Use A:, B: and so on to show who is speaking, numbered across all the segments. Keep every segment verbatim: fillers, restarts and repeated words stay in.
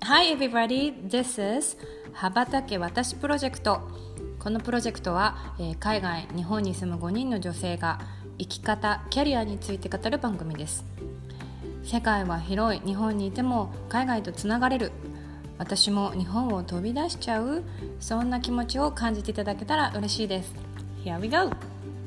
A: Hi everybody, this is 羽ばたけ私プロジェクト。このプロジェクトは、えー、海外、日本に住むごにんの女性が生き方、キャリアについて語る番組です。世界は広い、日本にいても海外とつながれる、私も日本を飛び出しちゃう、そんな気持ちを感じていただけたら嬉しいです。 Here we go!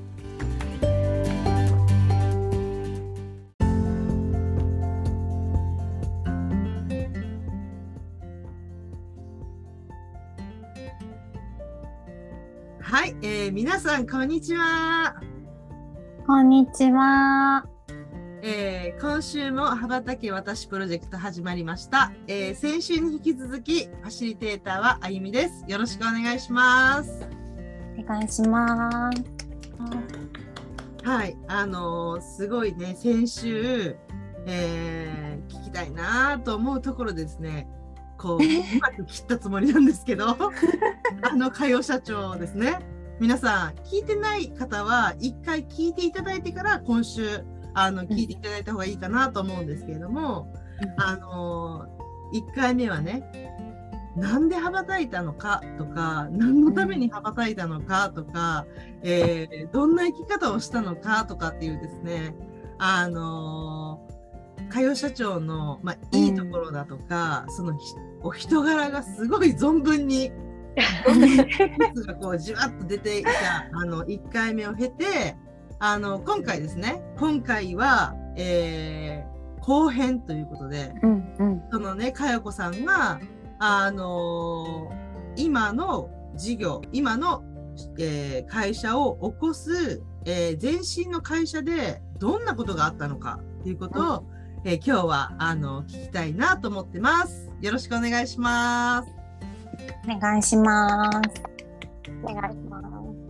B: はい、えー、皆さんこんにちは。
C: こんにちは。
B: えー、今週も羽ばたけ私プロジェクト始まりました。えー、先週に引き続きファシリテーターはあゆみです。よろしくお願いします。
C: お願いします。
B: はい、あのー、すごいね、先週、えー、聞きたいなと思うところですね。こう、うまく切ったつもりなんですけどあの佳代社長ですね。皆さん聞いてない方は一回聞いていただいてから今週あの聞いていただいた方がいいかなと思うんですけれども、うん、あのいっかいめはね、なんで羽ばたいたのかとか、何のために羽ばたいたのかとか、うんえー、どんな生き方をしたのかとかっていうですね、あの佳代社長の、まあ、いいところだとか、うん、そのお人柄がすごい存分にがこうじわっと出ていたあのいっかいめを経て、あの今回ですね、今回は、えー、後編ということで、うんうん、そのね佳代子さんがあのー、今の事業、今の、えー、会社を起こす、えー、前身の会社でどんなことがあったのかということを、うんえー、今日はあの聞きたいなと思ってます。よろしくお願いします。
C: お願いします。お願いします。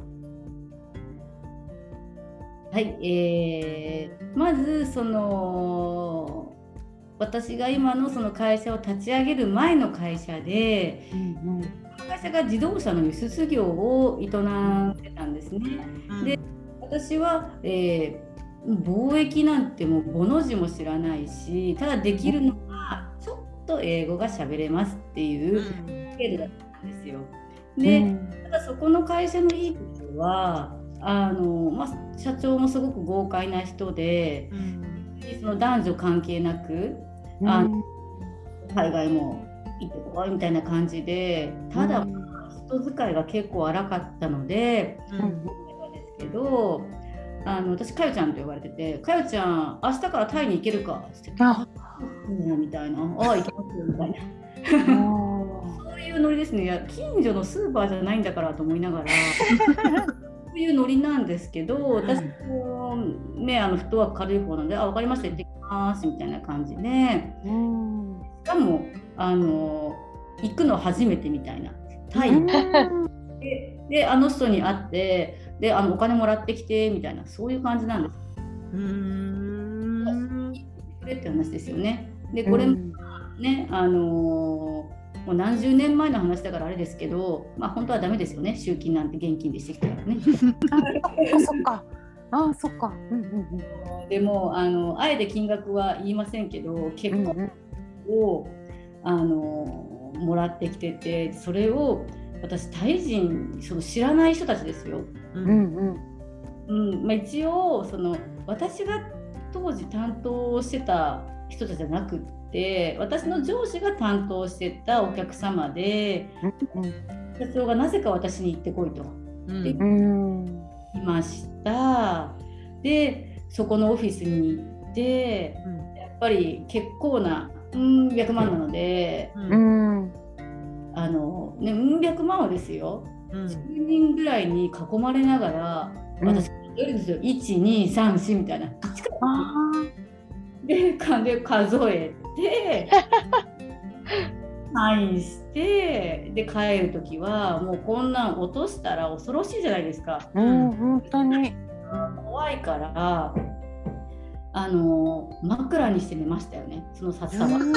D: はい、えー、まずその私が今のその会社を立ち上げる前の会社で、うんうん、この会社が自動車の輸出業を営んでたんですね。うん、で、私は、えー貿易なんてもうボの字も知らないし、ただできるのはちょっと英語が喋れますっていうスケールだったんですよ。で、うん、ただそこの会社のいいことはあの、まあ、社長もすごく豪快な人で、うん、その男女関係なく、うん、あの海外も行ってこいみたいな感じで、ただ、うん、人使いが結構荒かったので、うん、ですけどあの私かよちゃんと呼ばれてて、かよちゃん明日からタイに行けるかって言って、あみたいな、ああ行けますよみたいなそういうノリですね。いや近所のスーパーじゃないんだからと思いながらそういうノリなんですけど、私もねあのフットワーク軽い方なんで、あ分かりました行ってきますみたいな感じで、しかもあの行くの初めてみたいな、タイで, であの人に会ってであのお金もらってきてみたいな、そういう感じなんです。うーんって話ですよね。でこれもね、あのー、もう何十年前の話だからあれですけど、まあ本当はダメですよね、集金なんて現金でしてきたらね
C: あそっかあそっか、うんうんうん、
D: でもあのあえて金額は言いませんけど、結構を、うんうん、あのもらってきてて、それを私タイ人その知らない人たちですよ。うんうんうんまあ、一応その私が当時担当してた人たちじゃなくって、私の上司が担当してたお客様で、うん、社長がなぜか私に行ってこいと、うん、でいました。でそこのオフィスに行って、うん、やっぱり結構なうん百万なので、うんあのね、うん百万はですよ、うん、じゅうにんぐらいに囲まれながら、うん、私数えるんですよ、いちにさんしみたいなで数えてサインしてで帰るときはもうこんなん落としたら恐ろしいじゃないですか、
C: うん、本当に
D: 怖いからあの枕にして寝ましたよね、その札束。す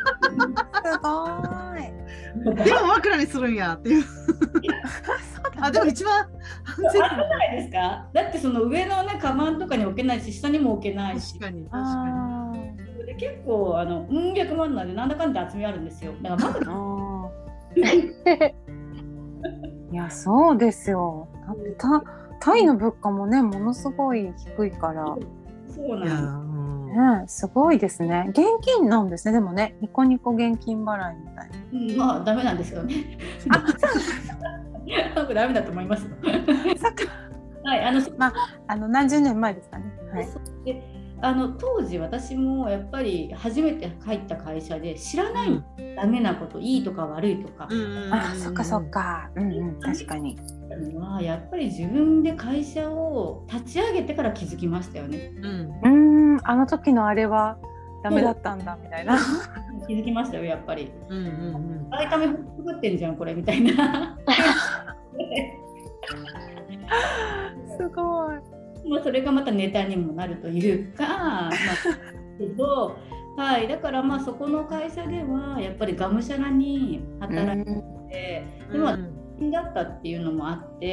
C: ご
B: い。でも枕にするんやっていうあでも一番
D: 安全じゃないですか。だってその上のねカバンとかに置けないし、下にも置けないし。
B: 確かに確かに。
D: で結構あのうん百万なんでなんだかんだ厚みあるんですよ。だからまだ
C: あいやそうですよ。だってたタイの物価もねものすごい低いから
D: そう
B: いや
D: なん
B: ーうん
C: ねすごいですね。現金なんですね。でもねニコニコ現金払いみたいな。
D: です、うん、まあダメなんですけどね。僕ダメだと思いますよ。
C: そっか
D: はい、あの
C: まああの何十年前ですかね。はい。
D: であの当時私もやっぱり初めて入った会社で知らないの、ダメなこといいとか悪いとか、
B: うんうんうん
C: あそっかそっか。うんうん確かに。
D: はやっぱり自分で会社を立ち上げてから気づきましたよね。
B: うん
C: うーんあの時のあれはダメだったんだみたいな。
D: 気づきましたよやっぱり。
B: うんうんうん
D: あいため作ってんじゃんこれみたいな。
C: すごい。
D: まあそれがまたネタにもなるというか、まあ、けど、はい、だからまあそこの会社ではやっぱりがむしゃらに働いて、でまあだったっていうのもあって、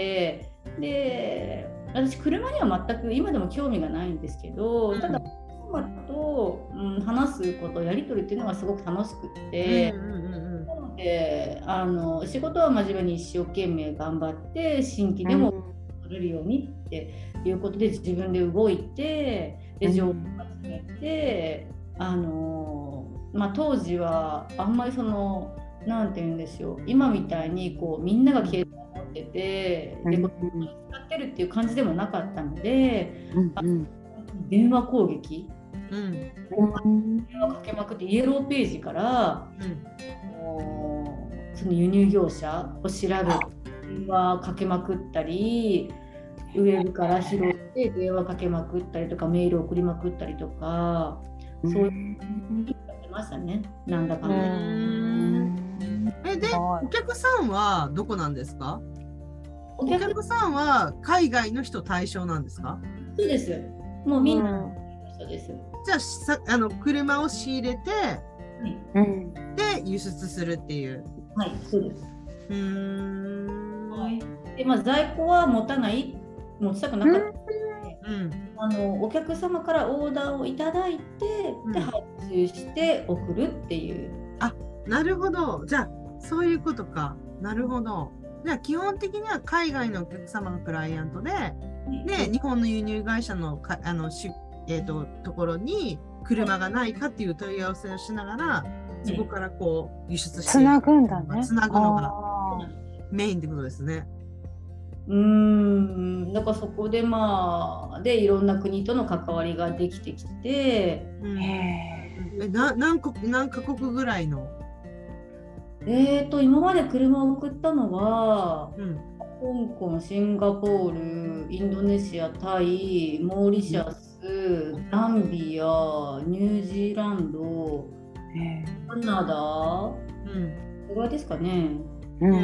D: で私車には全く今でも興味がないんですけど、ただ妻と、うん、話すことやり取りっていうのがすごく楽しくって、
B: うんうんうんうん
D: なのであの仕事は真面目に一生懸命頑張って新規でも取れるようにっていうことで自分で動いて、で情報を集めて、あのまあ、当時はあんまりそのなんて言うんでしょう、今みたいにこうみんなが携帯を持ってて、でこう使ってるっていう感じでもなかったので、
C: うん
D: 電話攻撃、
B: うん
C: うん
D: 電話かけまくってイエローページからもうその輸入業者を調べて電話かけまくったり、ウェブから拾って電話かけまくったりとかメール送りまくったりとか、そういうのやってましたね、なんだかんだ。
B: えでお客さんはどこなんですか？お
D: お客
B: 客さんは海外の人対象なんですか？
D: そうです。もうみんなの人です。
B: じゃあさあの車を仕入れて
C: うん
B: で輸出するっていう。
D: はい、そうです。
B: うーん。
D: はい。で、まあ在庫は持たない、持ちたくなかったので、
B: うん。
D: あのお客様からオーダーをいただいて、
B: うん
D: で発注して送るっていう。
B: なるほど。じゃあそういうことか。なるほど。じゃあ基本的には海外のお客様のクライアントで、で日本の輸入会社のかあのし、えー、とところに車がないかっていう問い合わせをしながら、そこからこう輸出して
C: つなぐんだね。
B: つなぐのが
C: あ
B: メインってことですね。
D: うーん、だからそこでまあでいろんな国との関わりができてきて、
B: うん
C: ーへ
B: えな何国何カ国ぐらいの、
D: えーと今まで車を送ったのは
B: うん
D: 香港、シンガポール、インドネシア、タイ、モーリシャス、ザンビア、ニュージーランド、
C: ーへ
D: カナダ、
B: うん
D: これぐらいですかね。
C: ーうん
B: へ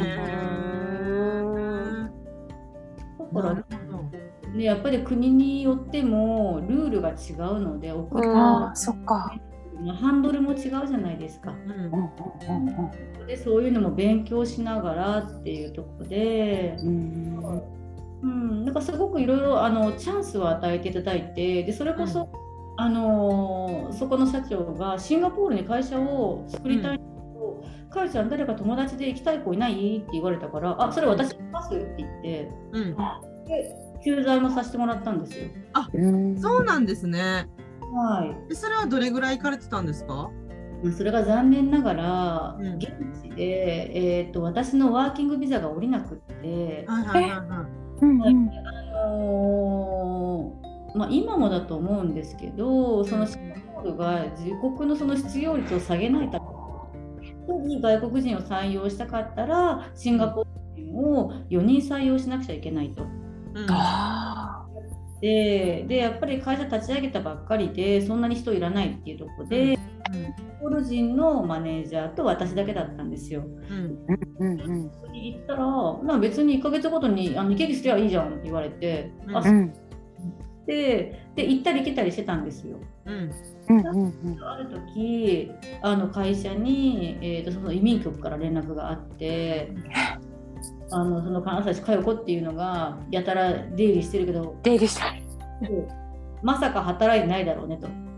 B: ー
D: だから
B: なるほど。
D: ね、やっぱり国によってもルールが違うので、送る
C: あーそっか。
D: ハンドルも違うじゃないですか。
B: うん
C: うんうん
D: でそういうのも勉強しながらっていうところで、
C: うん
D: うん、だからすごくいろいろあのチャンスを与えていただいて、でそれこそ、
B: うん
D: あのそこの社長がシンガポールに会社を作りたいんだけど、かよちゃん誰か友達で行きたい子いないって言われたから、あそれ私行きますって言って
B: うん
D: で駐在もさせてもらったんですよ。
C: うん
B: そうなんですね。
D: はい。
B: でそれはどれぐらい行かれてたんですか？
D: それが残念ながら、
B: うん
D: 現地で、えー、と私のワーキングビザが下りなくって、
B: はいはいはいはい。
C: うんうん
D: あのーまあ、今もだと思うんですけど、そのシンガポールが自国のその失業率を下げないために外国人を採用したかったらシンガポール人をよにん採用しなくちゃいけないと。
B: うん
C: あ
D: で, でやっぱり会社立ち上げたばっかりでそんなに人いらないっていうところで、シンガポール人のマネージャーと私だけだったんですよ。
B: うん
C: ーうんうん
D: そこに行ったらなんか別にいっかげつごとにあのにけきすりゃいいじゃんって言われて、
B: うん
D: あ
C: うん
D: でで行ったり来たりしてたんですよ。
B: うん
C: うんうん
D: ある時あの会社に、えー、とその移民局から連絡があってあのその関西市佳代子っていうのがやたら出入りしてるけど
C: 出入りしたい。
D: まさか働いてないだろうねと。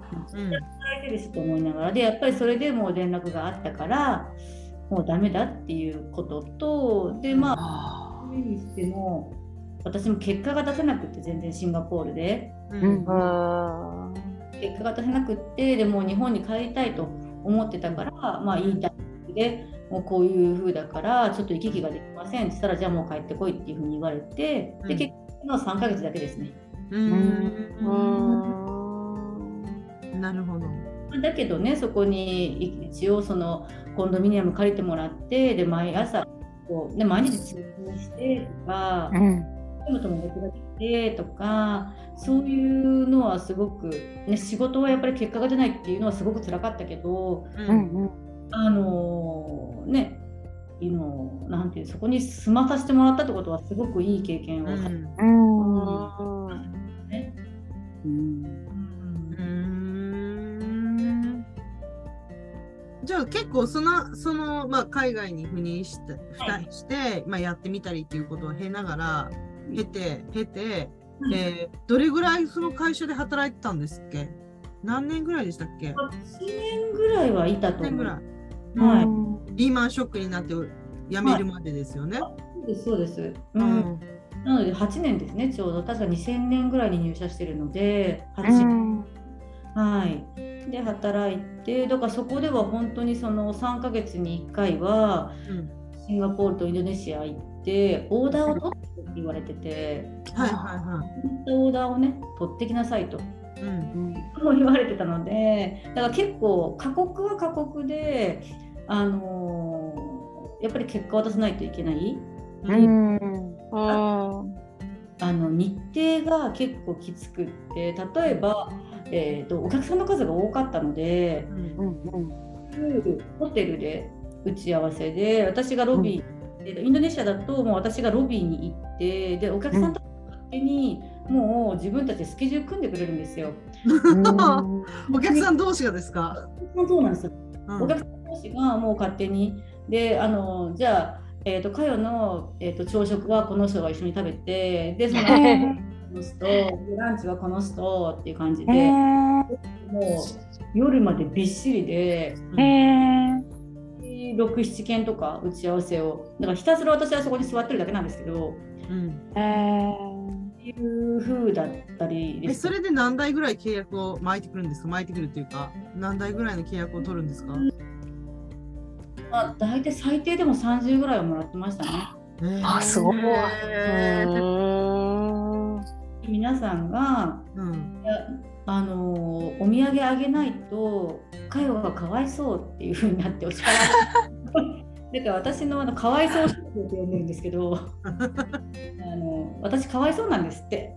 B: うん
D: 働いてるしと思いながらでやっぱりそれでもう連絡があったからもうダメだっていうこととでまあそれにしても私も結果が出せなくって全然シンガポールで、
B: うん
C: うん
D: 結果が出せなくってでもう日本に帰りたいと思ってたからまあいいタイミングでもうこういう風だからちょっと行き来ができませんって言ったらじゃあもう帰ってこいっていう風に言われて、
B: うん
D: で結局のさんかげつだけですね。
B: うんなるほど。
D: だけどねそこに一応そのコンドミニアム借りてもらってで毎朝こうで毎日通勤してとか、
C: うん
D: 友とも役立ててとかそういうのはすごく、ね、仕事はやっぱり結果が出ないっていうのはすごく辛かったけど、
B: う
C: うんん
D: あのねいのなんていうそこに住まさせてもらったってことはすごくいい経験をさせて
C: うん
D: ね。
C: うん
B: うんじゃあ結構そのその、まあ、海外に赴任して、
D: はい
B: して、まあ、やってみたりっていうことを経ながら経て経て、
D: うん
B: えーどれぐらいその会社で働いてたんですっけ？何年ぐらいでしたっけ？
D: はちねんぐらいはいたと思う。
B: 年ぐらい。
D: はい
B: リーマンショックになって辞めるまでですよね。
D: そうですそうです。う
B: うんん
D: なのではちねんですねちょうど確かにせんねんぐらいに入社してるのではち
C: う
D: ねん、
C: ん
D: はいで働いてだからそこでは本当にそのさんかげつにいっかいは
B: うん
D: シンガポールとインドネシア行ってオーダーを取ってって言われてて
B: はいはいは
D: オーダーをね取ってきなさいと
B: い。うん
D: も言われてたのでだから結構過酷は過酷であのーやっぱり結果を出さないといけない。
C: うん
D: あの日程が結構きつくって例えば、えー、とお客さんの数が多かったので
C: うん
D: ホテルで打ち合わせで私がロビー、えーとインドネシアだともう私がロビーに行ってでお客さんと勝手にもう自分たちでスケジュール組んでくれるんですよ。
B: お客さん同士がですか？
D: そうなんですよ、
B: うん
D: お客さん同士がもう勝手にであのじゃあえー、とかよの、えー、と朝食はこの人が一緒に食べてでそのこの人でランチはこの人っていう感じで、もう夜までびっしりでろく、ななけんとか打ち合わせをだからひたすら私はそこに座ってるだけなんですけど、
B: うん
D: っていう風だったりです。
B: えそれで何台ぐらい契約を巻いてくるんですか？巻いてくるっていうか何台ぐらいの契約を取るんですか？
D: まあ、大体最低でもさんじゅうぐらいはもらってましたね。
C: あすごい
B: へー
D: 皆さんが
B: うん
D: いやあのお土産あげないとかよがかわいそうっていう風になってお叱られだから私のあのかわいそう症状って呼んでるんですけどあの私かわいそうなんですって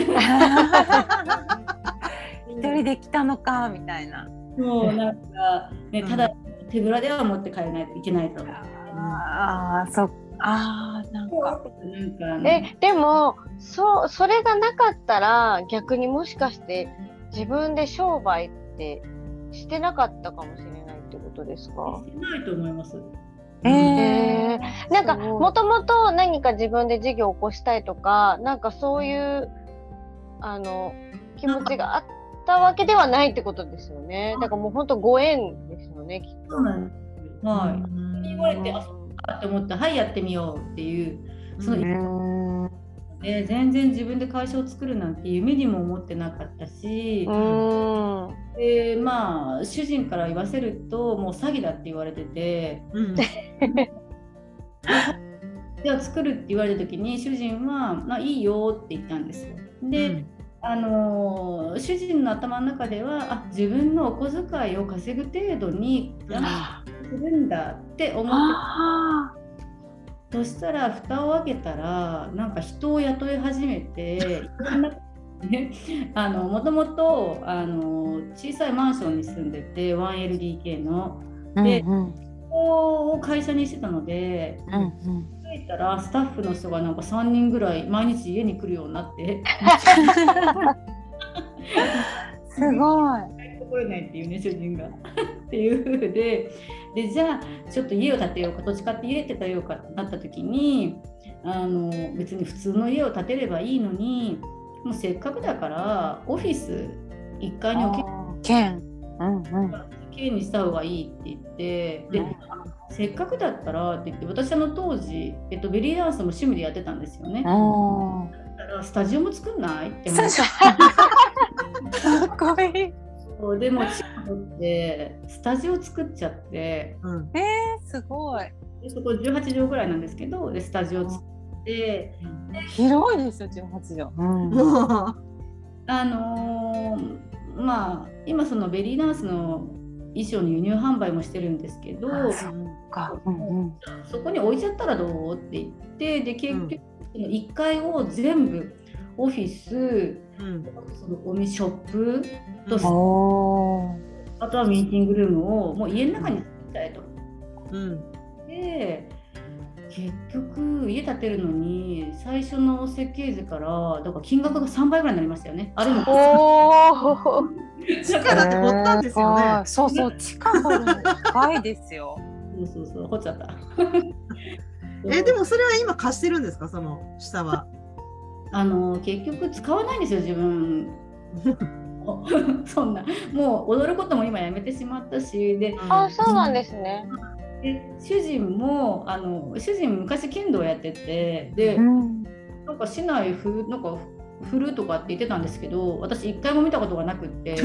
C: 一人で来たのかみたいな。
D: もうなんか、ね、ただ手ぶらでは持って帰らないといけないと。
C: ああ、そっああ、なんか。
D: なんか
E: え、でも、そう、それがなかったら、逆にもしかして自分で商売ってしてなかったかもしれないってことですか？
D: してないと思います。
C: え
E: え
C: ー、
E: ー、なんか、
C: すごい
E: もともと何か自分で事業を起こしたいとか、なんかそういう、あの、気持ちがあったわけではないってことですよね。だからもう本当ご縁ですよね、きっと。
D: そうなんですよ。はい。言われて、あ、そうかって思って、はい、やってみようっていう、その、
C: うん
D: で全然自分で会社を作るなんて夢にも思ってなかったし、
E: うーん。
D: でまあ主人から言わせるともう詐欺だって言われてて、
B: うん
D: じゃあ作るって言われた時に主人は、まあ、いいよって言ったんですよ。で、
B: うん
D: あのー主人の頭の中ではあ自分のお小遣いを稼ぐ程度にするんだって思って、
C: あ
D: そしたら蓋を開けたらなんか人を雇い始めてね、あのもともとあの小さいマンションに住んでて ワンエルディーケー の
C: ー
D: で、
C: うんうん
D: ここを会社にしてたので
C: うんうん
D: 着いたらスタッフの人がなんかさんにんぐらい毎日家に来るようになって
C: すごい。
D: 来れないっていうね主人がっていう風ででじゃあちょっと家を建てようか土地買って家建てようかってなった時にあの別に普通の家を建てればいいのにもうせっかくだからオフィスいっかいに置け
C: 剣。うんうん。
D: 剣にした方がいいって言ってで、
C: うん
D: せっかくだったらって言って私あの当時、えっと、ベリーダンスも趣味でやってたんですよね。
C: おー
D: だからスタジオも作んないって思っ
C: スタジかっこいい。
D: てでもチームってスタジオ作っちゃって
B: うん
C: えー、すごい。
D: でそこじゅうはちじょうぐらいなんですけどでスタジオ作って
C: 広いですよ、じゅうはちじょう。うん
D: あのーまあ今そのベリーダンスの衣装の輸入販売もしてるんですけど
C: あそっか。うんうん。
D: そこに置いちゃったらどうって言ってで結局そのいっかいを全部オフィス
B: うん
D: そのお店ショップと
C: おー
D: あとはミーティングルームをもう家の中に作りたいと。
B: うん
D: で結局家建てるのに最初の設計図からだから金額がさんばいぐらいになりましたよね。あれも
E: おお。
B: 地下だって掘ったんですよね。
C: えーそうそう、地下掘るの高いですよ。
D: そうそうそう掘っちゃった。
B: えでもそれは今貸してるんですか、その下は。
D: あの結局使わないんですよ自分。そんなもう踊ることも今やめてしまったしで
E: あ、そうなんですね。
D: で主人もあの主人昔剣道やっててで、
C: うん
D: なんか市内ふなんか振るとかって言ってたんですけど私一回も見たことがなくって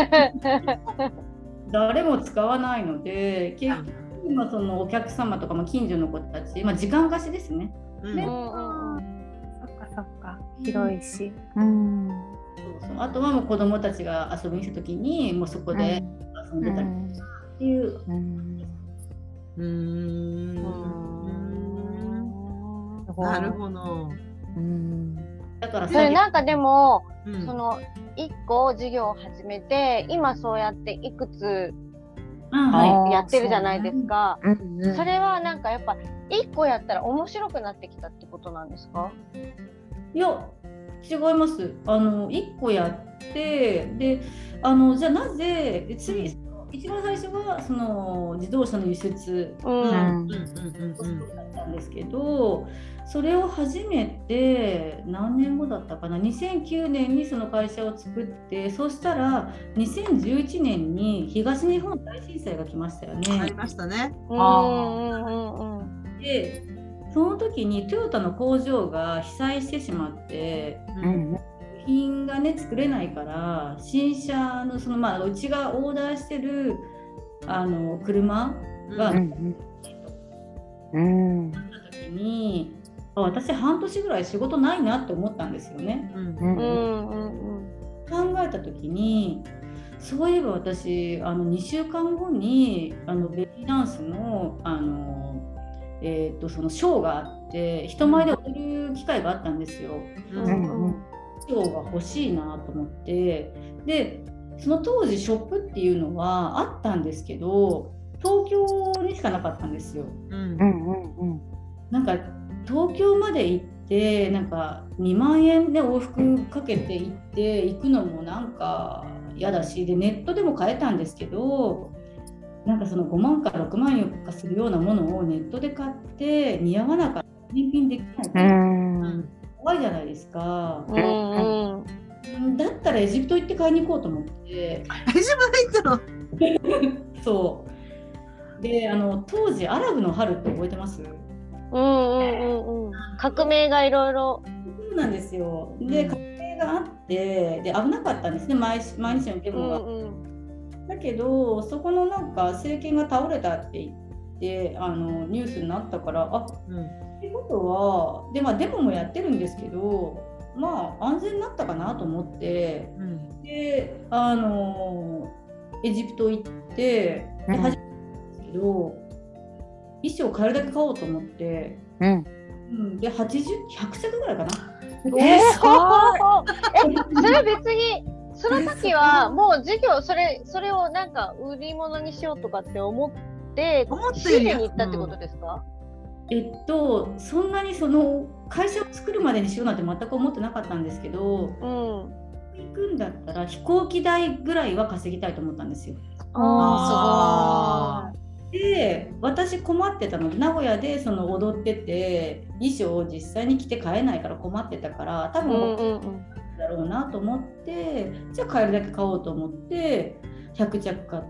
D: 誰も使わないので結局今そのお客様とかも近所の子たち、まあ、時間貸しですね。
B: うん
E: うんうんうん。
C: そっかそっか。広いし。うん。
D: そうそうあとはもう子供たちが遊びに来た時にもうそこで遊んでたりっていう、
C: うん
B: うーんなるほど。
C: うん
D: だから
E: それなんかでも、
B: うん
E: その一個事業を始めて今そうやっていくつ
D: うんはい
C: あー
E: やってるじゃないですか。
C: うんうん
E: それはなんかやっぱ一個やったら面白くなってきたってことなんですか？
D: いや違います。あのいっこやってであのじゃあなぜ次一番最初はその自動車の輸出
E: うん。
B: うんうん
C: うん
D: だったんですけどそれを始めて何年後だったかなにせんきゅうねんにその会社を作ってそうしたらにせんじゅういちねんに東日本大震災が来ましたよ
B: あり
D: ね。
B: ましたね。
E: うんうんうんうん。
D: でその時にトヨタの工場が被災してしまって
B: う
C: うんん
D: 部品がね作れないから新車のそのまあうちがオーダーしてるあの車が
C: うんうん
D: 時にあ私半年ぐらい仕事ないなって思ったんですよね。
B: うん
C: うん
E: うんうんうん。
D: 考えた時にそういえば私あのにしゅうかんごにあのベリーダンスのあの、えー、とそのショーがあって人前で踊る機会があったんですよ。
B: うん
C: うんうん
D: ショーが欲しいなと思ってでその当時ショップっていうのはあったんですけど東京にしかなかったんですよ。
B: うん
C: うんうん
D: なんか東京まで行ってなんかにまんえんで往復かけて行って行くのもなんか嫌だしでネットでも買えたんですけどなんかそのごまんかろくまんえんかするようなものをネットで買って似合わなかったら返品できないから
C: うんうん
D: 怖いじゃないですか。
E: うんうん。
D: うんだったらエジプト行って買いに行こうと思って
B: 自分で言ったの。
D: そうであの当時アラブの春って覚えてます？
E: うんうんうんうん。革命がいろいろ。
D: そうなんですよ。で、
B: うん
D: 革命があってで危なかったんですね毎日毎日のデ
E: う
D: モが。
E: んうん。
D: だけどそこのなんか政権が倒れたって言ってあのニュースになったからあ
B: うん
D: ってことはで、まあ、デモもやってるんですけどまあ安全になったかなと思って
B: うん
D: であのエジプト行ってで初めてなんですけど衣装買えるだけ買おうと思って、
C: うん
D: うん、ではちじゅう、ひゃく着ぐらいかな。
E: えー、すごい。え、それ別にその時はもう授業それそれをなんか売り物にしようとかって思って
B: 思って
E: 仕入れに行ったってことですか？
D: えっとそんなにその会社を作るまでにしようなんて全く思ってなかったんですけど
E: うん。
D: 行くんだったら飛行機代ぐらいは稼ぎたいと思ったんですよ。
E: あ
D: で私困ってたので名古屋でその踊ってて衣装を実際に着て買えないから困ってたから多
E: あ、すごい。うん
D: 分
E: うんうん。
D: だろうなと思って、じゃあ買えるだけ買おうと思ってひゃく着買って、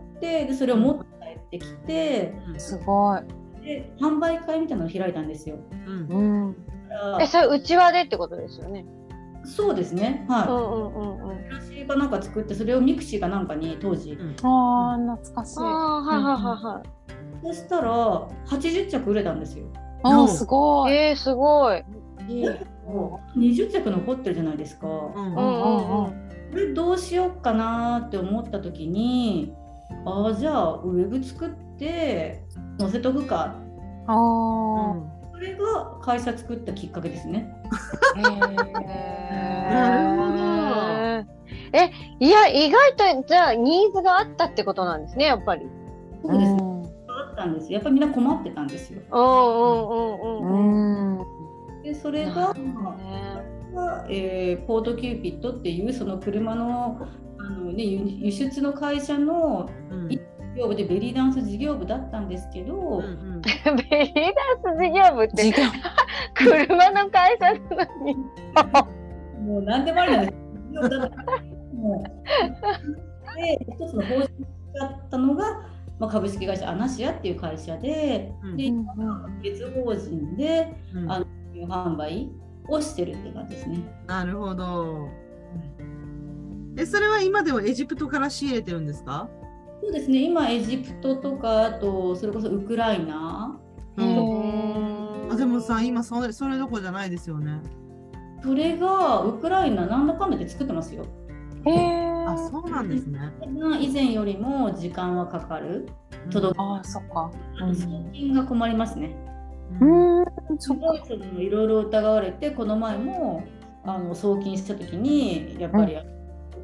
D: でそれを持って帰ってきて、
C: すごい。
D: で販売会みたいなのを開いたんですよ。
B: うん
C: うん。
E: え、それうちわでってことですよね。
D: そうですね、はい。
E: うんうんうんうん。
D: チラシかなんか作って、それをミクシーかなんかに当時、
C: ああ、懐かしい。
E: ああ、はいはいはいはい。
D: そしたらはちじゅっ着売れたんですよ。
C: ああ、すごい。
E: えー、すごい。
D: にじゅっ着残ってるじゃないですか。
B: うん
E: うんうんうん。
D: これどうしようかなって思った時に、ああじゃあウェブ作って載せとくか。
C: ああ。
D: それが会社作ったきっかけですね。
C: へえ。
B: なるほど。
E: え、いや、意外とじゃあニーズがあったってことなんですね、やっぱり。
D: そうですね。あったんです。やっぱりみんな困ってたんですよ。
E: うんうんうんうんうん。
D: でそれが、
E: ね、
D: えー、ポートキューピットっていうその車の、あの、ね、輸輸出の会社の事業部でベリーダンス事業部だったんですけど、
B: うんうん、
E: ベリーダンス事業部って車の会社なのに
D: もう何でもありなんです。事業だったもうで一つの法人だったのが、まあ、株式会社アナシアっていう会社で、
B: うん、
D: で別法人で、
B: うん、
D: あの販売をしてるって感じですね。
B: なるほど。え、それは今でもエジプトから仕入れてるんですか？
D: そうですね。今エジプトとか、あとそれこそウクライナ。
B: うん、あ、でもさ、今それそれどころじゃないですよね。
D: それがウクライナなんだかんだで作ってますよ。
C: へえ。
B: あ、そうなんですね。
D: 以前よりも時間はかかる。届く。
C: ああ、そっか。
D: 送金が困りますね。
C: うん、
D: すごいいろいろ疑われて、この前もあの送金した時にやっぱり、うん、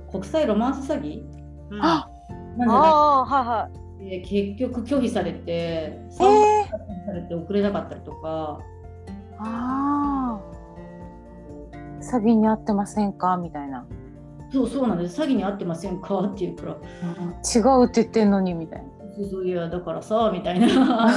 D: 国際ロマンス詐欺、
B: うん、
E: ああ、はいはい。
D: 結局拒否されて、
C: さ
D: れて送れなかったりとか。
C: ああ、詐欺に遭ってませんかみたいな。
D: そうそうなんです。詐欺に遭ってませんかっていうから、うん、
C: 違うって言ってんのにみたいな。
D: そうそう、いやだからさみたいな。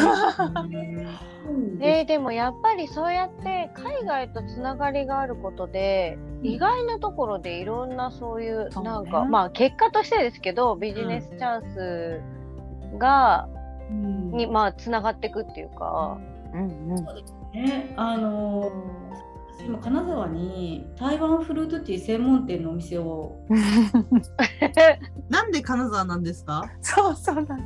E: えー、でもやっぱりそうやって海外とつながりがあることで、うん、意外なところでいろんなそういう、なんか、ね、まあ結果としてですけどビジネスチャンスが、うん、にまあつながっていくっていうか、
C: うんうん、
D: そうですね。あのー、今金沢に台湾フルーツティー専門店のお店を
B: なんで金沢なんですか？
C: そうそうだ。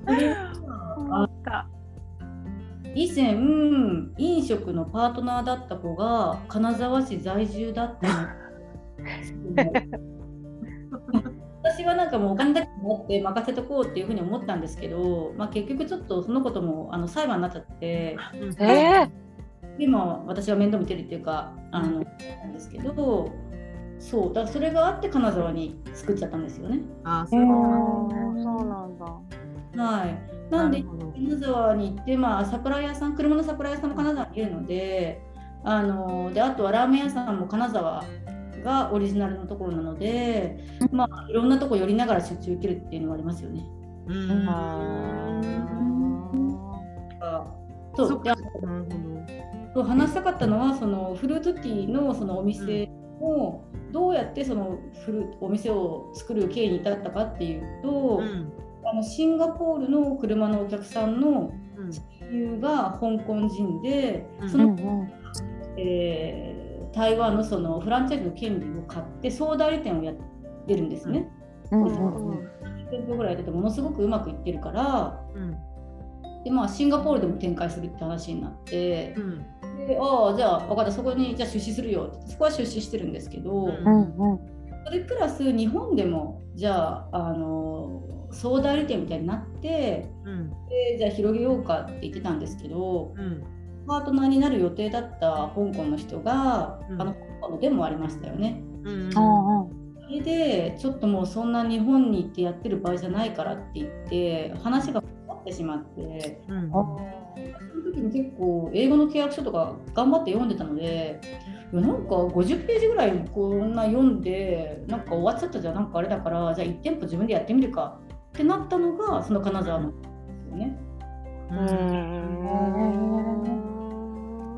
D: 以前飲食のパートナーだった子が金沢市在住だった私はなんかもうお金だけ持って任せとこうっていうふうに思ったんですけど、まあ、結局ちょっとそのこともあの裁判になっちゃって、
E: えー、
D: 今私は面倒見てるっていうかあのなんですけど、そうだからそれがあって金沢に作っちゃったんですよね。
B: あ、そうなんだ。
E: そうなんだ。
D: はい。なんで金沢に行って、まあ、サプライヤーさん、車のサプライヤーさんも金沢にいるので、あのであとはラーメン屋さんも金沢がオリジナルのところなので、まあ、いろんなとこ寄りながら出張受けるっていうのはありますよね。
B: うん。
D: そうで、そう話したかったのはそのフルーツティーのそのお店をどうやってそのフルお店を作る経緯に至ったかっていうと、うん、あのシンガポールの車のお客さんの親友が香港人で、うん、その、うんえー、台湾のそのフランチャイズの権利を買って総代理店をやってるんですね。うんうんうん、じゅっぐらいやっててものすごくうまくいってるから、うんでまあ、シンガポールでも展開するって話になって、うん、でああじゃあ分かったそこにじゃあ出資するよってそこは出資してるんですけど、うんうん、それプラス日本でもじゃあ、あの総代理店みたいになって、うん、でじゃあ広げようかって言ってたんですけど、うん、パートナーになる予定だった香港の人が、うん、あの香港のデモありましたよね。うんうん、それでちょっともうそんな日本に行ってやってる場合じゃないからって言って話が変わってしまって、うん、その時に結構英語の契約書とか頑張って読んでたのでいやなんかごじゅっページぐらいこんな読んでなんか終わっちゃったじゃんなんかあれだからじゃあいち店舗自分でやってみるかってなったのがその金沢のですよね。うん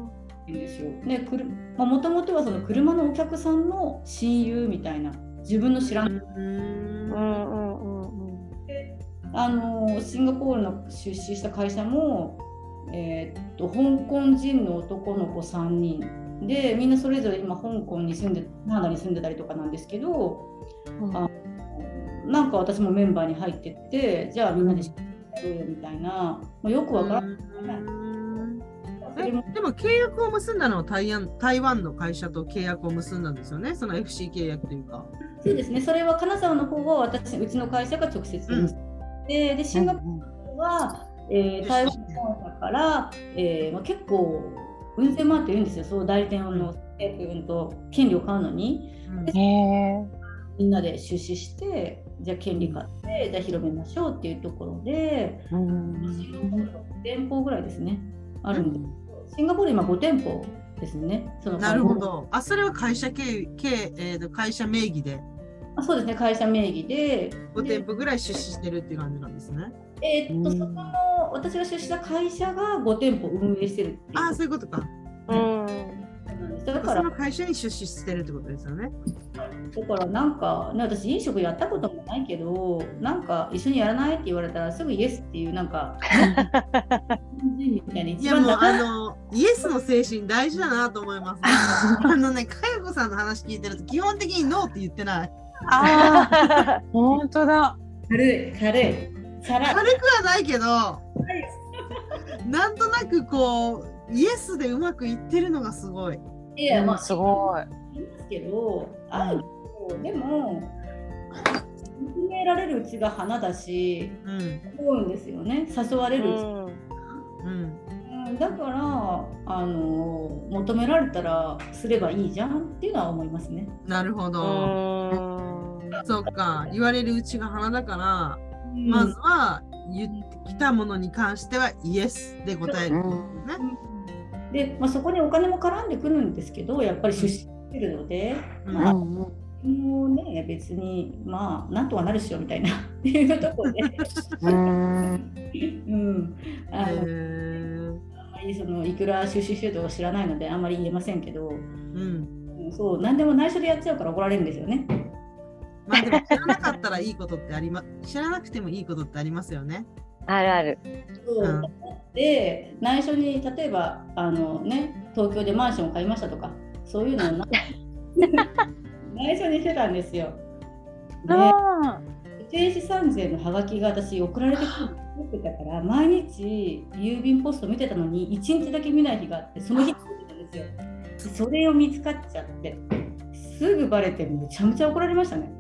D: んですよ。で、くるまあ、もともとはその車のお客さんの親友みたいな、自分の知らない、
B: うん
E: うんうんうんうん。
D: あのシンガポールの出資した会社も、えーっと香港人の男の子さんにんで、みんなそれぞれ今香港に住んで、カナダに住んでたりとかなんですけど、
C: うん
D: あなんか私もメンバーに入ってって、じゃあみんなでやろうよみたいな、もうよくわからない。そ
B: え
D: れも
B: でも契約を結んだのは台湾、台湾の会社と契約を結んだんですよね。その エフシー 契約というか。
D: そうですね、それは金沢の方は私、うちの会社が直接結んで、でシンガポールは、えー台湾本社から、えーまあ、結構運転回ってるんですよ、そう代理店の、えー、と権利を買うのに、
B: うん
C: へえ。
D: みんなで出資して、じゃあ権利買って、じゃあ広めましょうっていうところで、
C: うん
D: シンガポールご店舗ぐらいですね、あるんです。シンガポール今ご店舗ですね。その
B: なるほど。あ、それは会社経経、えーと会社名義で
D: あそうですね、会社名義で、
B: ご店舗ぐらい出資してるっていう感じなんですね。
D: えーっと、
C: うん
D: そこの私が出資した会社がご店舗運営してるっていうこと
B: ああ、そういうことか。
E: うん
D: なんです。だから、
B: その会社に出資してるってことですよね。
D: だからなんか、ね、私飲食やったこともないけど、なんか一緒にやらないって言われたらすぐイエスっていう、なんかみたいない一
B: やもう
D: 番だ
B: あのイエスの精神大事だなと思います。あのね、かよこさんの話聞いてると基本的にノーって言ってない。
C: ああ、本当だ。
D: 軽い軽いさら
B: 軽くはないけど、なんとなくこうイエスでうまくいってるのがすごい。
D: いや、まあ、
C: すごい。
D: いますけど、あるけど、でも認められるうちが花だし、
B: うん
D: 思うんですよね、誘われるうち。
B: うん。
D: うんだからあの求められたらすればいいじゃんっていうのは思いますね。
B: なるほ
E: う
B: ど。
E: ん
B: そっか、言われるうちが花だから、
D: うん
B: まずは言ってきたものに関してはイエスで答えるってことですね。
D: で、まあ、そこにお金も絡んでくるんですけど、やっぱり出資してるので、
B: うん
D: まあ、
C: うんうん
D: もうね別にまあなんとかなるっしょみたいなっていうところで、
C: うん
D: うん、あの
B: へー
D: あまりそのいくら出資してるとか知らないのであんまり言えませんけど、
B: うん。
D: そう何でも内緒でやっちゃうから怒られるんですよね。
B: まあでも知らなかったらいいことってありま、知らなくてもいいことってありますよね。
E: あるある。
D: そう
B: うん
D: で内緒に例えばあの、ね、東京でマンションを買いましたとかそういうのをな内緒にしてたんですよ。で
C: あ
D: 固定資産税のハガキが私送られてくるのってたから毎日郵便ポスト見てたのにいちにちだけ見ない日があってその日に見てたんですよ。それを見つかっちゃってすぐバレてめちゃめちゃ怒られましたね。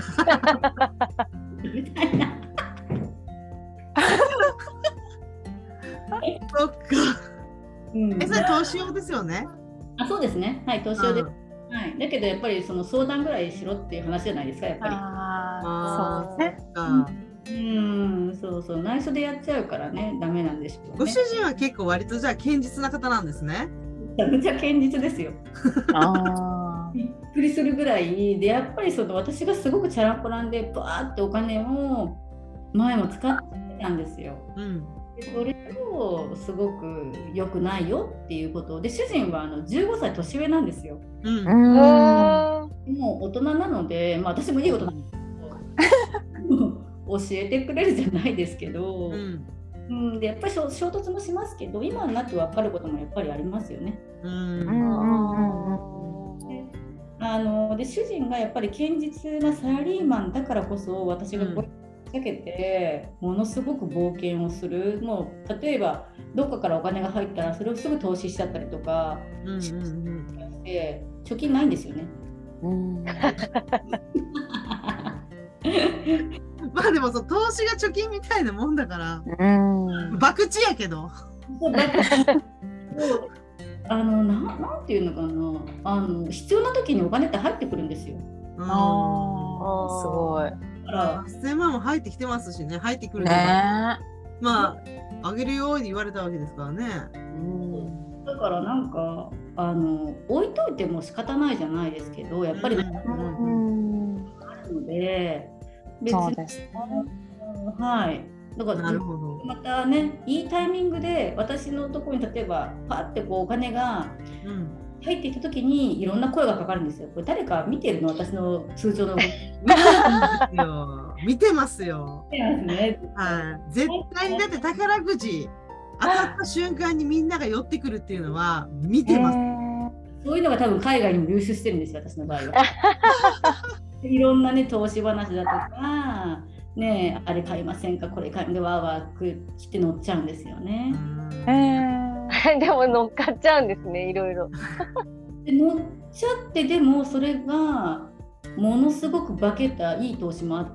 D: みたいな。
B: そっか。
D: うん
B: え、それ投資用ですよね。
D: あそうですね。はい、投資用で、
B: うん
D: はい。だけどやっぱりその相談ぐらいしろっていう話じゃないですか、やっぱり。
C: あ、そうですね。
B: そっか。
D: うん、そうそう、内緒でやっちゃうからね、ダメなんでしょうね
B: ご主。人は結構割とじゃあ堅実な方なんですね。
D: めちゃめちゃ堅実ですよ。
C: あ
D: びっくりするぐらいで、やっぱりその私がすごくチャランポランでバーってお金を前も使ってたんですよ。
B: うん。
D: でそれをすごく良くないよっていうことで、主人はあのじゅうごさい年上なんですよ。
B: うん。
C: あ。うん。
D: もう大人なので、まあ、私もいいことなんですけど教えてくれるじゃないですけど、
B: うん。
D: うん、でやっぱり衝衝突もしますけど、今になって分かることもやっぱりありますよね。
B: うん。
C: うんうんうん
D: であので主人がやっぱり堅実なサラリーマンだからこそ私がこれをかけてものすごく冒険をする。もう例えばどっかからお金が入ったらそれをすぐ投資しちゃったりとか
B: うん。うん。
D: して貯金ないんですよね。
C: うん
B: まあでもそう投資が貯金みたいなもんだから
C: うん
B: 博打やけど。
D: そうだからあのななんていうのかな、あの必要な時にお金って入ってくるんですよ。
B: うん。
C: あーすごい
D: だから
B: はっせんまんも入ってきてますしね、入ってくる
C: ね
B: とかまああげるように言われたわけですからね。
C: え。うん
D: だからなんかあの置いといても仕方ないじゃないですけど、やっぱり
B: うん
C: うん
D: あるので別に
C: そうですね。
D: はいだから
B: なるほど。
D: またね、いいタイミングで私のところに例えばパッてこうお金が
B: うん。
D: 入ってきた時にいろんな声がかかるんですよ。これ誰か見てるの？私の通帳の動き。
B: 見てますよ。
D: 見てますね。
B: はい。絶対にだって宝くじ当たった瞬間にみんなが寄ってくるっていうのは見てます。
D: そういうのが多分海外にも流出してるんですよ、私の場合は。いろんなね、投資話だとか、ね、あれ買いませんか、これ買いでわーわー来て乗っちゃうんですよね。
E: でも乗っかっちゃうんですね、いろいろ。
D: で乗っちゃって、でもそれがものすごく化けたいい投資もあって、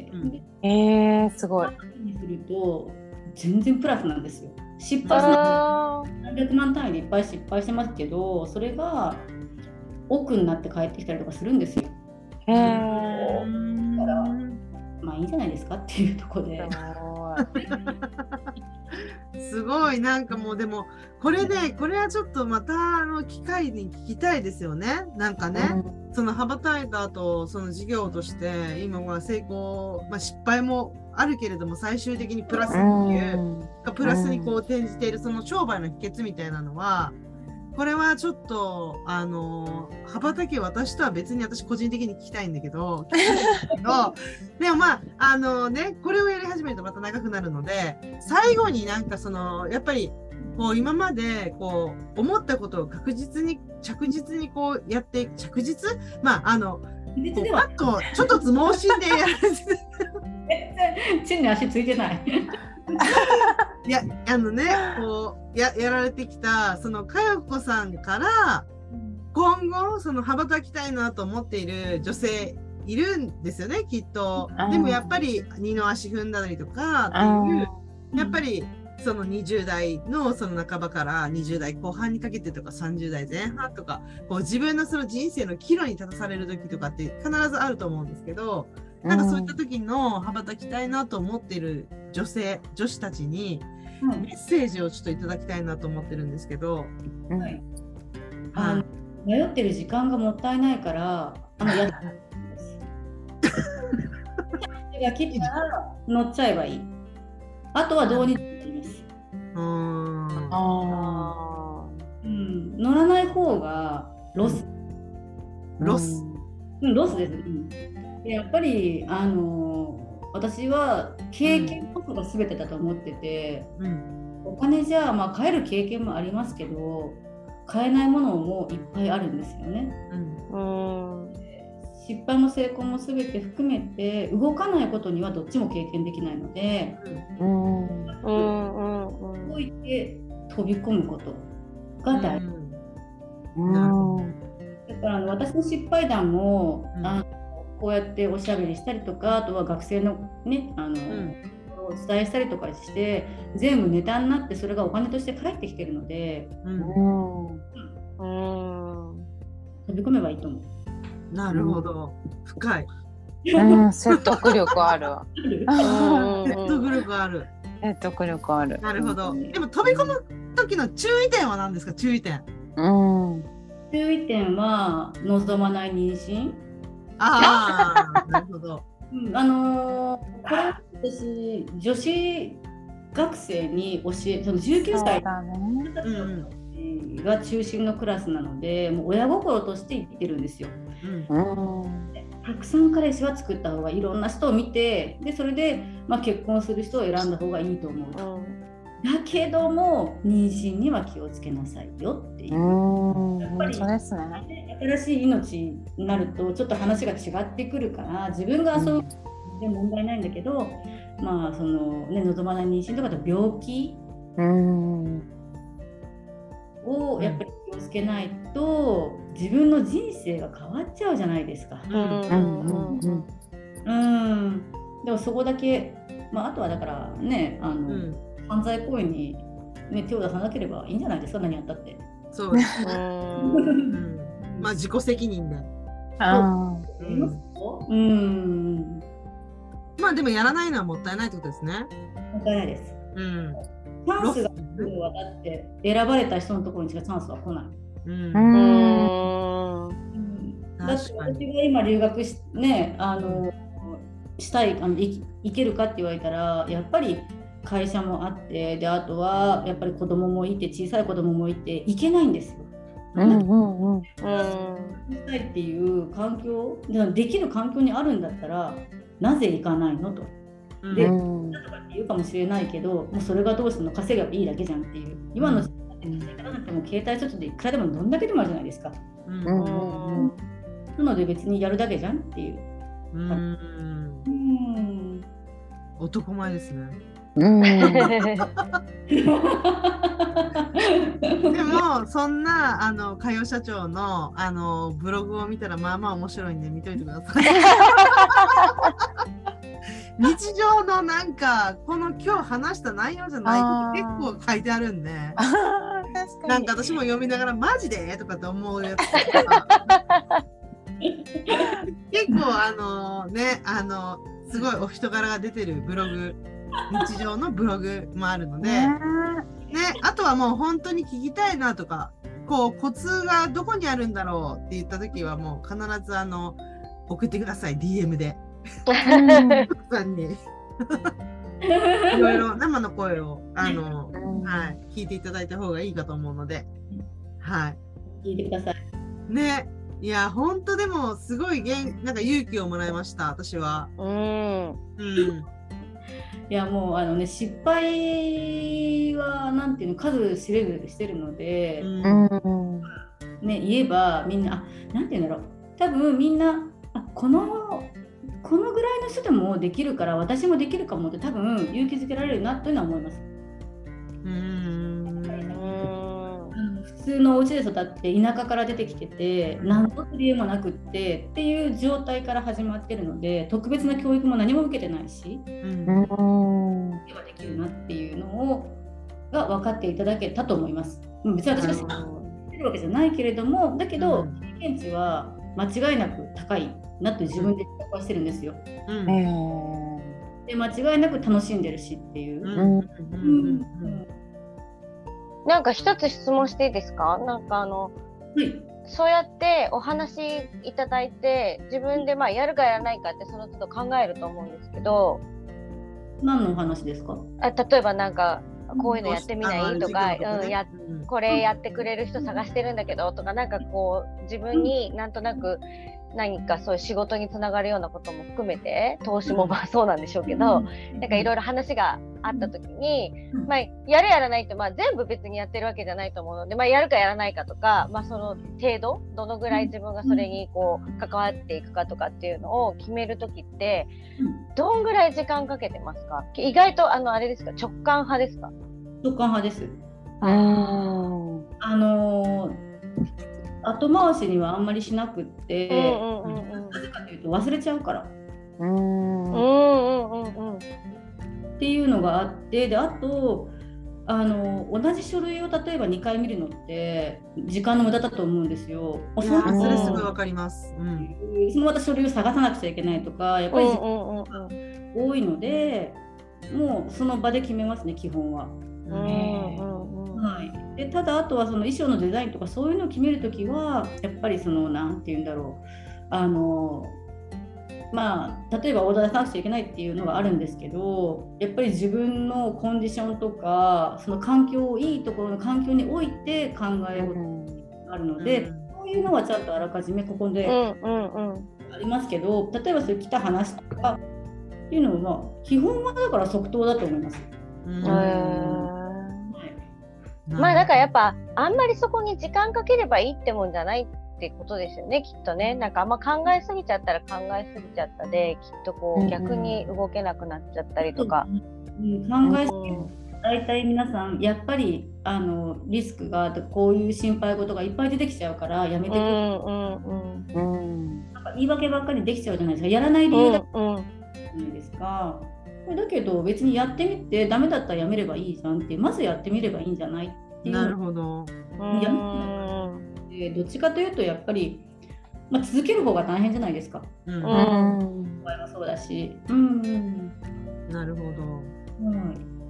C: うん、えー、すごい。
D: にすると全然プラスなんですよ。失敗すると何百万単位でいっぱい失敗してますけど、それが億になって帰ってきたりとかするんですよ。
C: へー。
D: だからまあいいんじゃないですかっていうところで。
B: すごい、なんかもうでもこれね、これはちょっとまたあの機会に聞きたいですよね。なんかね、うん、その羽ばたいた後、その事業として今は成功、まあ、失敗もあるけれども最終的にプラスっていう、うん、プラスにこう転じているその商売の秘訣みたいなのは、これはちょっとあの羽ばたけ私とは別に私個人的に聞きたいんだけどでもまああのね、これをやり始めるとまた長くなるので、最後になんかそのやっぱりこう今までこう思ったことを確実に着実にこうやっていく、着実まああのパッとちょっとつ盲信でやられて
D: 地に足ついてない
B: いやあのね、こう や, やられてきたその佳代子さんから今後その羽ばたきたいなと思っている女性いるんですよね、きっと。でもやっぱり二の足踏んだりとかっていう、やっぱりそのにじゅう代のその半ばからにじゅう代後半にかけてとかさんじゅう代前半とか、こう自分のその人生の岐路に立たされる時とかって必ずあると思うんですけど、なんかそういった時の羽ばたきたいなと思っている女性女子たちにメッセージをちょっといただきたいなと思ってるんですけど、
D: はいはい、あの迷ってる時間がもったいないからあのやが来たら乗っちゃえばいい。あとはどうにでもいいです。
B: うん
D: あ、うん、乗らない方がロス、
B: ロス、
D: うん、ロスです、うん、やっぱりあの私は経験こそが全てだと思ってて、うん、お金じゃまあ買える経験もありますけど買えないものもいっぱいあるんですよね、うん、失敗も成功も全て含めて動かないことにはどっちも経験できないので、うんうんうんうん、動いて飛び込むことが大事、うんうん、だからあの私の失敗談も、うん、あのこうやっておしゃべりしたりとか、あとは学生のねあの、うん、お伝えしたりとかして全部ネタになってそれがお金として返ってきてるので、うんうん、飛び込めばいいと思う。
B: なるほど、深い、
C: うん、説得力あるわ
B: 説得力ある
C: 説得力ある。
B: なるほど。でも飛び込む時の注意点は何ですか？注意点、
C: うん、
D: 注意点は望まない妊娠。
B: ああなるほど、
D: うん、あのー、これ私女子学生に教えそのじゅうきゅうさいが中心のクラスなので、もう親心として言ってるんですよ、うん、たくさん彼氏は作った方がいろんな人を見て、でそれで、まあ、結婚する人を選んだ方がいいと思うと、うん、だけども妊娠には気をつけなさいよっていう、うん、やっぱりそうですね、新しい命になるとちょっと話が違ってくるから、自分が遊ぶで問題ないんだけど、うん、まあそのね望まない妊娠とかと病気、うんをやっぱり気をつけないと自分の人生が変わっちゃうじゃないですか。うんうんうんうん、でもそこだけ、まあ、あとはだからねあの、うん、犯罪行為に、ね、手を出さなければいいんじゃないですか、何やったって。
B: そうですねまあ自己責任で。あうん、うん、まあでもやらないのはもったいないってことですね。
D: もったいないです。うんチャンスが来るはだって選ばれた人のところにしかチャンスは来ない。うん。うんだって私が今留学しねあのしたいあのいいけるかって言われたらやっぱり会社もあって、であとはやっぱり子供もいて小さい子供もいて行けないんですよ。
C: うんうんうん。
E: うん
D: したいっていう環境でできる環境にあるんだったらなぜ行かないのと。で、
C: うん
D: とかって言うかもしれないけど、もうそれがどうするの、稼げばいいだけじゃんっていう。今の時代って稼がなくても携帯一つでいくらでもどんだけでもあるじゃないですか。
B: うん
C: うんうん
D: なので別にやるだけじゃんっていう。
B: うん
D: うん
B: 男前ですね。
C: うん。
B: でもそんなあの佳代社長のあのブログを見たらまあまあ面白いんで見といてください。日常のなんかこの今日話した内容じゃないこと結構書いてあるんで、
C: 確かに。
B: なんか私も読みながらマジでとかって思うやつとか結構あのねあのすごいお人柄が出てるブログ、日常のブログもあるので、ね、あとはもう本当に聞きたいなとか、こうコツがどこにあるんだろうって言った時はもう必ずあの送ってください ディーエム で。さんにいろいろ生の声をあの、はい、聞いていただいた方がいいかと思うので、はい、
D: 聞いてください。
B: ね、いや本当でもすごい元なんか勇気をもらいました私は。
E: うん
B: うん
D: いやもうあのね失敗はなんていうの数知れずしてるので、
C: うん
D: ね言えばみんなあなんていうんだろう、多分みんなあこのこのぐらいの人でもできるから私もできるかもって多分勇気づけられるなというのは思います。
B: うん
D: 普通のお家で育って田舎から出てきてて何の理由もなくってっていう状態から始まってるので、特別な教育も何も受けてないし、
B: うん
C: うん
D: ではできるなっていうのをが分かっていただけたと思います。別に私が知ってるわけじゃないけれども、だけど経験値は間違いなく高いなと自分で実感してるんですよ。
B: うん
C: え
D: で間違いなく楽しんでるしっていう。
B: うん
C: うん
D: うん
E: なんか一つ質問していいですか？なんかあの、
D: はい
E: そうやってお話いただいて自分でまあやるかやらないかってその都度考えると思うんですけど、
D: 何のお話ですか？
E: あ例えばなんかこういうのやってみない、
B: あの
E: とか、
B: 授業とかね
E: うん、や
B: うん
E: これやってくれる人探してるんだけどとか、なんかこう自分になんとなく何かそういう仕事につながるようなことも含めて、投資もまあそうなんでしょうけど、なんかいろいろ話があった時に、まあ、やるやらないって、まあ、全部別にやってるわけじゃないと思うので、まあ、やるかやらないかとか、まあ、その程度どのぐらい自分がそれにこう関わっていくかとかっていうのを決める時ってどんぐらい時間かけてますか？意外とあのあれですか、直感派ですか？
D: 直感派です。
C: うん
D: あのー後回しにはあんまりしなくって、
E: うんうんうんうん
D: なぜかというと忘れちゃうから
C: うん
E: うんうんうんうん
D: っていうのがあって、であとあの同じ書類を例えばにかい見るのって時間の無駄だと思うんですよ。
B: いや
D: その
B: それすごいわかります。うん
D: そのまた書類を探さなくちゃいけないとかやっぱり時間
E: うんうんうん
D: 多いので、もうその場で決めますね基本は。
E: うんうんうん
D: はい、でただあとはその衣装のデザインとかそういうのを決めるときはやっぱりそのなんて言うんだろう、あのまあ例えばオーダー出さなくちゃいけないっていうのがあるんですけど、やっぱり自分のコンディションとかその環境をいいところの環境において考えることがあるので、
B: うん
D: そういうのはちゃんとあらかじめここで
E: うんうんうん
D: ありますけど、例えばそういう来た話とかっていうのは、まあ、基本はだから即答だと思います。
B: うん
E: へー
B: な
E: まあだからやっぱあんまりそこに時間かければいいってもんじゃないってことですよね、きっとね。なんかあんま考えすぎちゃったら考えすぎちゃったで、きっとこう逆に動けなくなっちゃったりとか。
D: うん考えすぎる大体皆さんやっぱりあのリスクがあってこういう心配事がいっぱい出てきちゃうからやめてくれ、
E: うんうんうん
C: うん
D: なんか言い訳ばっかりできちゃうじゃないですか。やらない理由だ
E: うんうん
D: じゃないですか。だけど別にやってみてダメだったらやめればいいじゃんって、まずやってみればいいんじゃないっていう
B: なるほど。
E: うん
D: やでどっちかというとやっぱり、まあ、続ける方が大変じゃないですか。
B: うん
E: うん
D: 場合もそうだし、うん、
B: なるほど。
D: はい、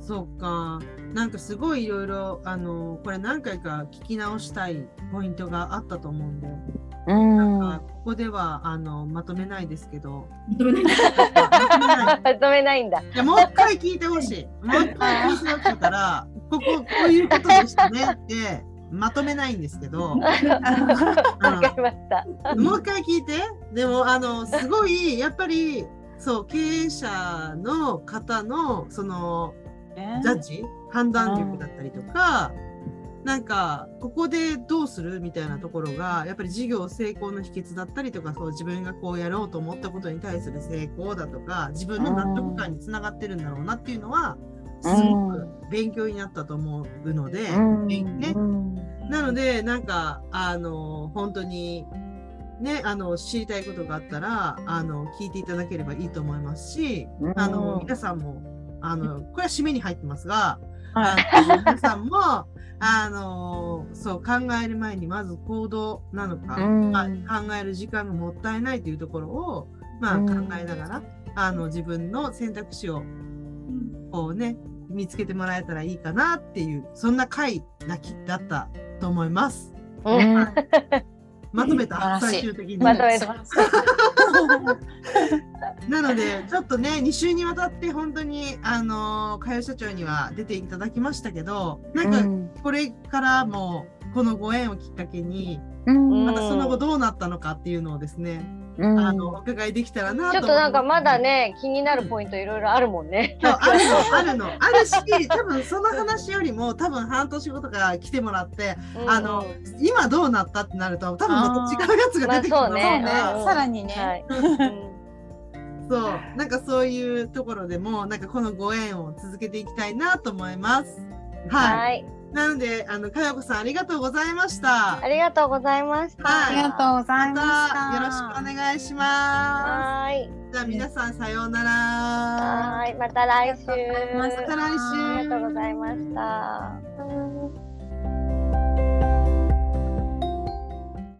B: そうか。なんかすごいいろいろあのこれ何回か聞き直したいポイントがあったと思うんで、
C: うん
B: なんかここではあのまとめないですけど、
D: 認めないんだ。
B: まとめない。
E: まとめないんだ。
B: いやもう一回聞いてほしい。もう一回聞いてほしいから、こここういうことでしたねってまとめないんですけど、うん
E: わかりました。
B: もう一回聞いて。でもあのすごいやっぱりそう経営者の方のそのジャッジ判断力だったりとか、なんかここでどうするみたいなところがやっぱり事業成功の秘訣だったりとか、そう自分がこうやろうと思ったことに対する成功だとか自分の納得感につながってるんだろうなっていうのはすごく勉強になったと思うので、
C: うん
B: ね、
C: うん
B: なのでなんかあの本当にね、あの知りたいことがあったらあの聞いていただければいいと思いますし、あの皆さんもあのこれは締めに入ってますが、あの皆さんもあのそう考える前にまず行動なのか、
C: うん
B: まあ、考える時間がもったいないというところを、まあ、
C: うん
B: 考えながらあの自分の選択肢をこうね見つけてもらえたらいいかなっていうそんな回だきだったと思います。
E: うん
B: まとめた
A: 素晴らしい
B: 最終的に。
E: まとめた。
B: なのでちょっとねに週にわたって本当にあのかよ社長には出ていただきましたけど、なんか
C: うん
B: これからもこのご縁をきっかけに
C: うん
B: またその後どうなったのかっていうのをですね、
C: うん
B: あのお伺いできたらなと思います。
E: ちょっとなんかまだね気になるポイントいろいろあるもんね。
B: そうあるのあるのあるし、多分その話よりも多分半年後とか来てもらって
E: うん
B: あの今どうなったってなると多分また違うやつが出てくる
E: まあそうね
C: そうね
E: うん
C: さらにね、
E: はい。
B: そうなんかそういうところでもなんかこのご縁を続けていきたいなと思います。はい。
E: はい。
B: なのであのかよこさんありがとうございました。
E: ありがとうございました。
B: はい
C: ありがとうございま
B: ま
C: した
B: たよろしくお願いしま
E: はーい。
B: す。じゃあ皆さんさようなら。
E: はーい。また来週。
C: ありがとうございます
B: また来週
E: ありがとうございました。